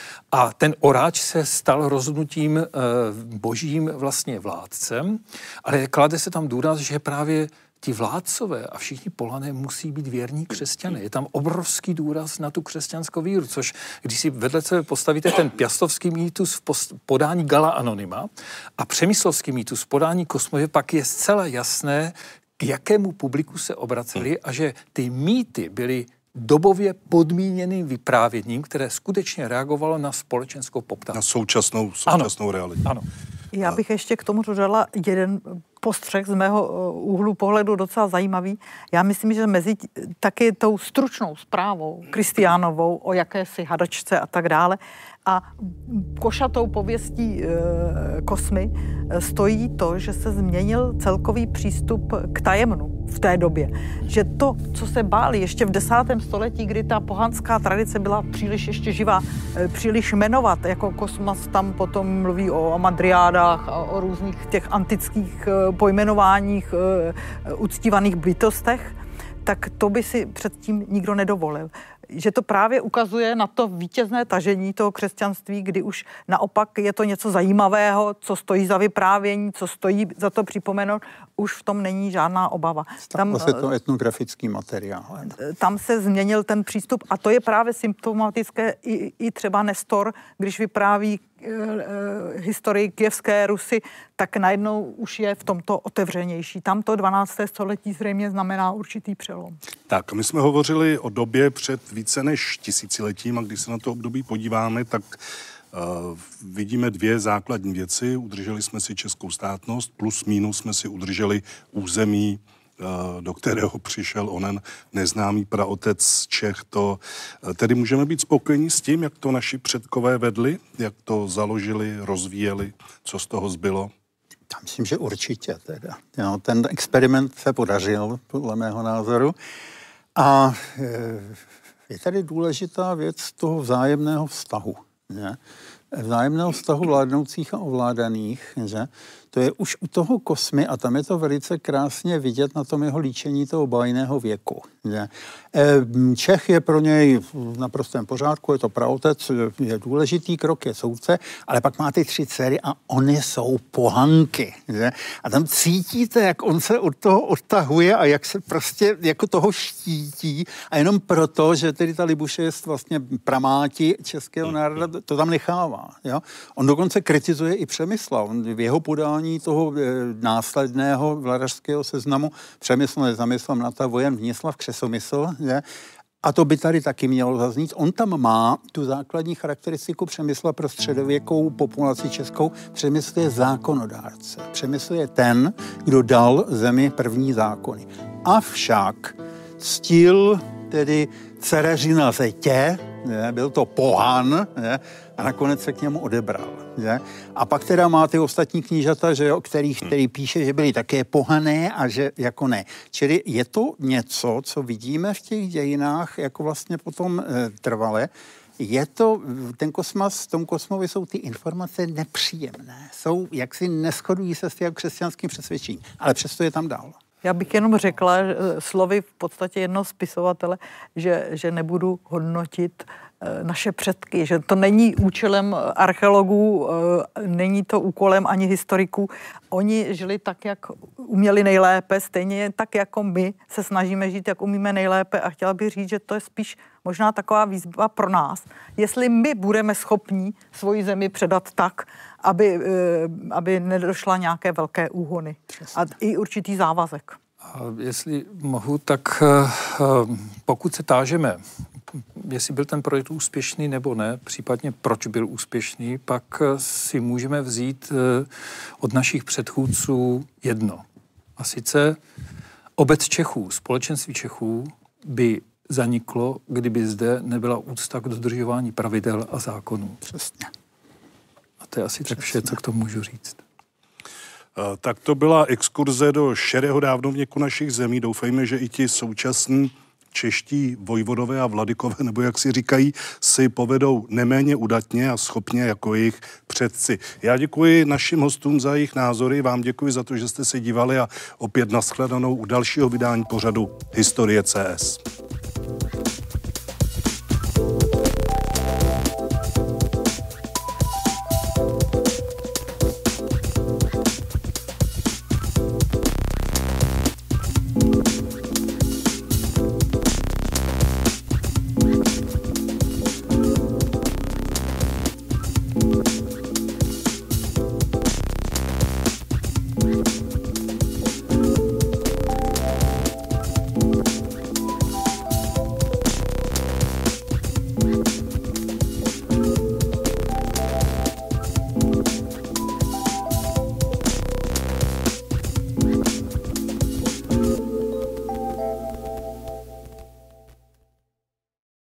a ten oráč se stal rozhodnutím božím vlastně vládcem, ale klade se tam důraz, že právě ti vládcové a všichni Polané musí být věrní křesťané. Je tam obrovský důraz na tu křesťanskou víru, což když si vedle sebe postavíte ten piastovský mýtus v podání Galla Anonyma a přemyslovský mýtus v podání Kosmově, pak je zcela jasné, k jakému publiku se obraceli a že ty mýty byly dobově podmíněným vyprávěním, které skutečně reagovalo na společenskou poptávku. Na současnou realitu. Ano. Já bych ještě k tomu dodala jeden postřeh z mého úhlu pohledu docela zajímavý. Já myslím, že mezi taky tou stručnou zprávou Kristiánovou o jakési hadačce a tak dále a košatou pověstí Kosmy stojí to, že se změnil celkový přístup k tajemnu v té době. Že to, co se báli ještě v 10. století, kdy ta pohanská tradice byla příliš ještě živá, příliš jmenovat, jako Kosmas tam potom mluví o amadriádách a o různých těch antických pojmenováních uctívaných bytostech, tak to by si předtím nikdo nedovolil. Že to právě ukazuje na to vítězné tažení toho křesťanství, kdy už naopak je to něco zajímavého, co stojí za vyprávění, co stojí za to připomenout, už v tom není žádná obava. Tam se to etnografický materiál. Tam se změnil ten přístup a to je právě symptomatické i třeba Nestor, když vypráví historii Kyjevské Rusy, tak najednou už je v tomto otevřenější. Tamto 12. století zřejmě znamená určitý přelom. Tak, my jsme hovořili o době před více než tisíciletím a když se na to období podíváme, tak vidíme dvě základní věci. Udrželi jsme si českou státnost, plus minus jsme si udrželi území, do kterého přišel onen neznámý praotec Čech. Tedy můžeme být spokojení s tím, jak to naši předkové vedli, jak to založili, rozvíjeli, co z toho zbylo? Já myslím, že určitě teda. Jo, ten experiment se podařil, podle mého názoru. A je tady důležitá věc toho vzájemného vztahu. Že? Vzájemného vztahu vládnoucích a ovládaných, že? to je už u toho Kosmy a tam je to velice krásně vidět na tom jeho líčení toho bájného věku. Čech je pro něj v naprostém pořádku, je to praotec, je důležitý krok, je soudce, ale pak má ty 3 dcery a oni jsou pohanky. Že? A tam cítíte, jak on se od toho odtahuje a jak se prostě jako toho štítí a jenom proto, že tedy ta Libuše je vlastně pramáti českého národa, to tam nechává. Jo? On dokonce kritizuje i Přemysla. On v jeho podání toho následného vladařského seznamu Přemysl nezamysl, Mlata, Vojen, Vnislav, Křesomysl, že? A to by tady taky mělo zaznít. On tam má tu základní charakteristiku Přemysla pro středověkou populaci českou. Přemysl je zákonodárce. Přemysl je ten, kdo dal zemi první zákony. Avšak ctil tedy Cereřina Zetě, byl to pohan, a nakonec se k němu odebral. Že? A pak teda má ty ostatní knížata, že jo, který píše, že byli také pohané a že jako ne. Čili je to něco, co vidíme v těch dějinách jako vlastně potom trvale. Je to, v tom Kosmovi jsou ty informace nepříjemné. Jsou, jaksi neshodují se s tím křesťanským přesvědčením, ale přesto je tam dál. Já bych jenom řekla slovy v podstatě jednoho spisovatele, že nebudu hodnotit naše předky, že to není účelem archeologů, není to úkolem ani historiků. Oni žili tak, jak uměli nejlépe, stejně tak, jako my se snažíme žít, jak umíme nejlépe a chtěla bych říct, že to je spíš možná taková výzva pro nás. Jestli my budeme schopni svoji zemi předat tak, aby nedošla nějaké velké úhony. Přesně. A i určitý závazek. A jestli mohu, tak pokud se tážeme, jestli byl ten projekt úspěšný nebo ne, případně proč byl úspěšný, pak si můžeme vzít od našich předchůdců jedno. A sice obec Čechů, společenství Čechů by zaniklo, kdyby zde nebyla úcta k dodržování pravidel a zákonů. Přesně. A to je asi tak vše, co k tomu můžu říct. Tak to byla exkurze do šedého dávnověku našich zemí. Doufejme, že i ti současní čeští vojvodové a vladykové, nebo jak si říkají, si povedou neméně udatně a schopně jako jejich předci. Já děkuji našim hostům za jejich názory, vám děkuji za to, že jste se dívali a opět nashledanou u dalšího vydání pořadu Historie CS.